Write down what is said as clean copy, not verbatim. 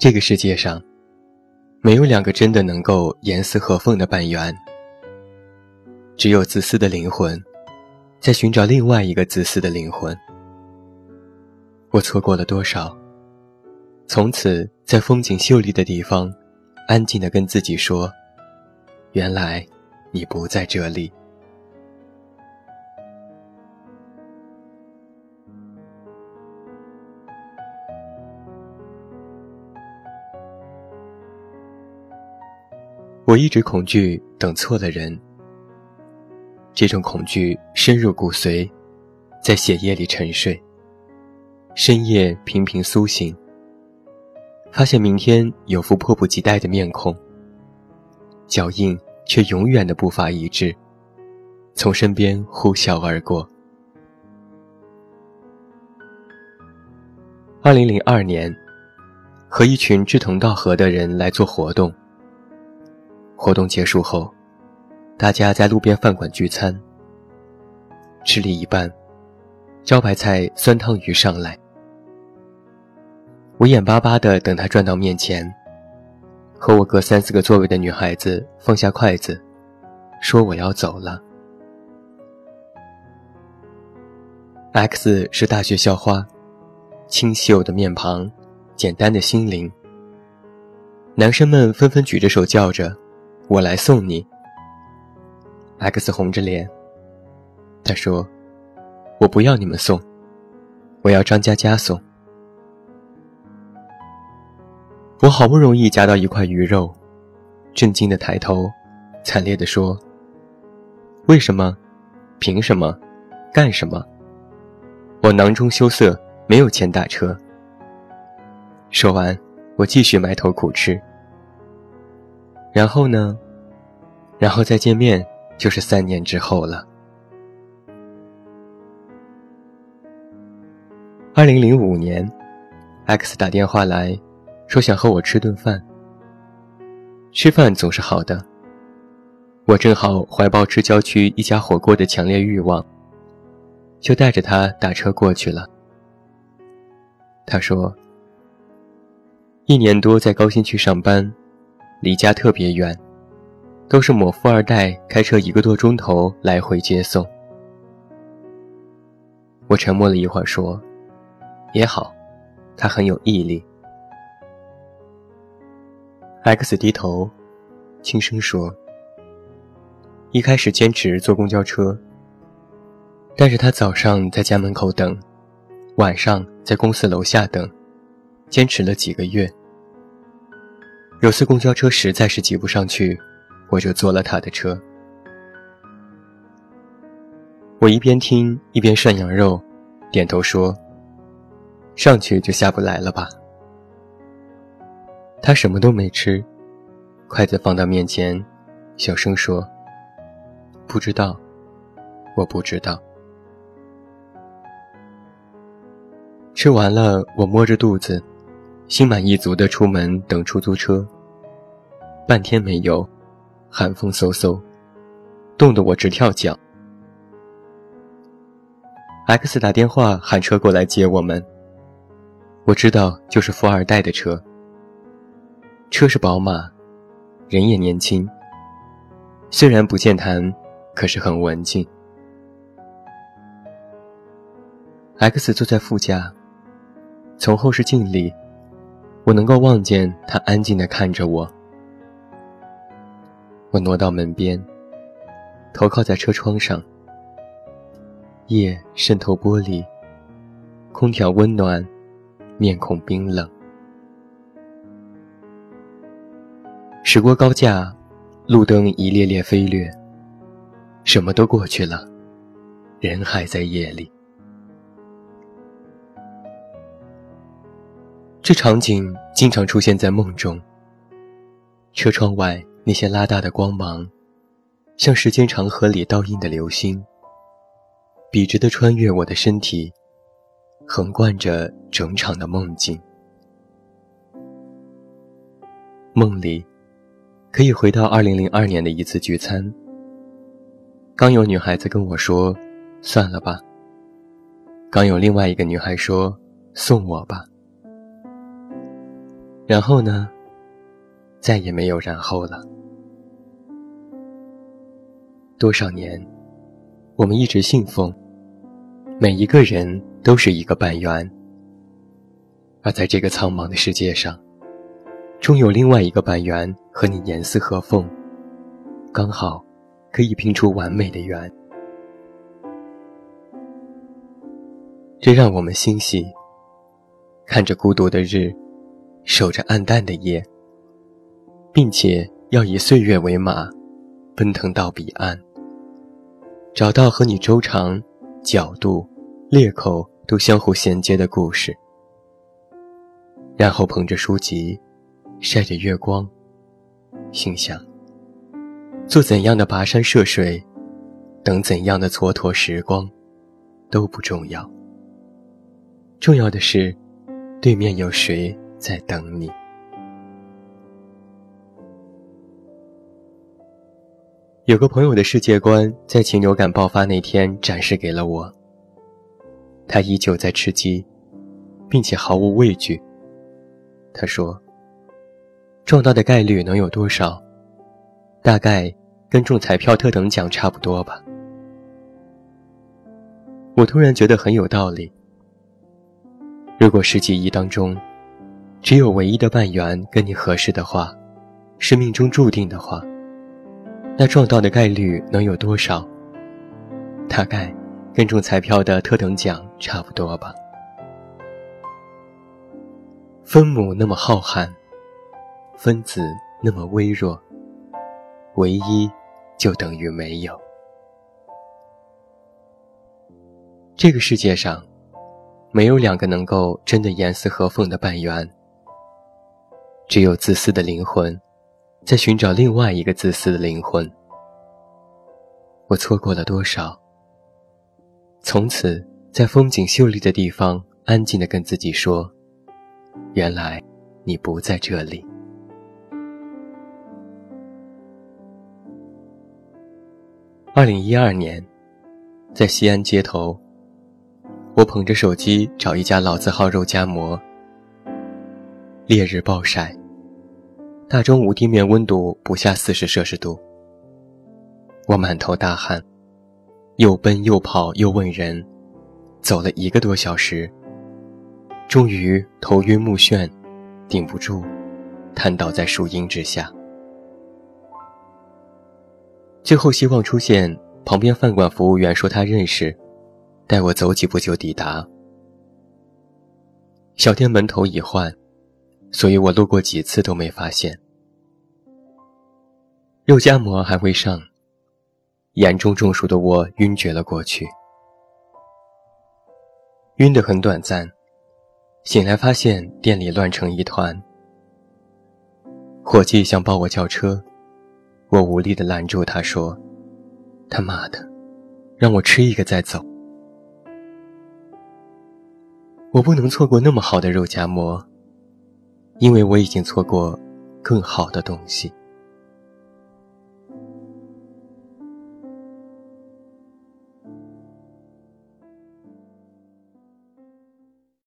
这个世界上没有两个真的能够严丝合缝的半圆，只有自私的灵魂在寻找另外一个自私的灵魂。我错过了多少，从此在风景秀丽的地方安静地跟自己说，原来你不在这里。我一直恐惧等错了人，这种恐惧深入骨髓，在血液里沉睡，深夜频频苏醒，发现明天有副迫不及待的面孔，脚印却永远的步伐一致，从身边呼啸而过。2002年，和一群志同道合的人来做活动。活动结束后，大家在路边饭馆聚餐，吃了一半，招牌菜酸汤鱼上来。我眼巴巴地等它转到面前，和我隔3-4个座位的女孩子放下筷子，说我要走了。X 是大学校花，清秀的面庞，简单的心灵。男生们纷纷举着手叫着，我来送你。 X 红着脸，他说，我不要你们送，我要张佳佳送。我好不容易夹到一块鱼肉，震惊地抬头，惨烈地说，为什么？凭什么？干什么？我囊中羞涩，没有钱打车。说完，我继续埋头苦吃。然后呢？然后再见面就是3年之后了。2005年 X 打电话来说想和我吃顿饭。吃饭总是好的，我正好怀抱吃郊区一家火锅的强烈欲望，就带着他打车过去了。他说，1年多在高新区上班，离家特别远，都是某富二代开车1个多钟头来回接送。我沉默了一会儿说，也好，他很有毅力。X 低头轻声说，一开始坚持坐公交车，但是他早上在家门口等，晚上在公司楼下等，坚持了几个月。有次公交车实在是挤不上去，我就坐了他的车。我一边听一边涮羊肉，点头说，上去就下不来了吧。他什么都没吃，筷子放到面前，小声说，不知道，我不知道。吃完了，我摸着肚子，心满意足地出门等出租车。半天没有，寒风嗖嗖，冻得我直跳脚。X 打电话喊车过来接我们，我知道就是富二代的车。车是宝马，人也年轻，虽然不健谈，可是很文静。X 坐在副驾，从后视镜里，我能够望见他安静地看着我。我挪到门边，头靠在车窗上，夜渗透玻璃，空调温暖，面孔冰冷。驶过高架，路灯一列列飞掠，什么都过去了，人还在夜里。这场景经常出现在梦中，车窗外那些拉大的光芒，像时间长河里倒映的流星，笔直地穿越我的身体，横贯着整场的梦境。梦里可以回到2002年的一次聚餐，刚有女孩子跟我说，算了吧，刚有另外一个女孩说，送我吧。 然后呢，再也没有然后了。多少年，我们一直信奉，每一个人都是一个半圆，而在这个苍茫的世界上，终有另外一个半圆和你严丝合缝，刚好可以拼出完美的圆。这让我们欣喜，看着孤独的日，守着暗淡的夜，并且要以岁月为马，奔腾到彼岸，找到和你周长、角度、裂口都相互衔接的故事，然后捧着书籍，晒着月光，心想，做怎样的跋山涉水，等怎样的蹉跎时光，都不重要。重要的是，对面有谁在等你。有个朋友的世界观在禽流感爆发那天展示给了我，他依旧在吃鸡，并且毫无畏惧。他说，撞到的概率能有多少？大概跟中彩票特等奖差不多吧。我突然觉得很有道理。如果10几亿当中，只有唯一的半圆跟你合适的话，是命中注定的话，那撞到的概率能有多少？大概跟中彩票的特等奖差不多吧。分母那么浩瀚，分子那么微弱，唯一就等于没有。这个世界上，没有两个能够真的严丝合缝的半圆，只有自私的灵魂在寻找另外一个自私的灵魂。我错过了多少？从此在风景秀丽的地方安静地跟自己说，原来你不在这里。2012年，在西安街头，我捧着手机找一家老字号肉夹馍。烈日暴晒，大中午地面温度不下40摄氏度。我满头大汗，又奔又跑又问人，走了1个多小时，终于头晕目眩，顶不住，瘫倒在树荫之下。最后希望出现旁边饭馆服务员说他认识，带我走几步就抵达。小店门头已换，所以我路过几次都没发现。肉夹馍还未上，严重中暑的我晕厥了过去。晕得很短暂，醒来发现店里乱成一团。伙计想抱我叫车，我无力地拦住他说，他妈的，让我吃一个再走。我不能错过那么好的肉夹馍，因为我已经错过更好的东西。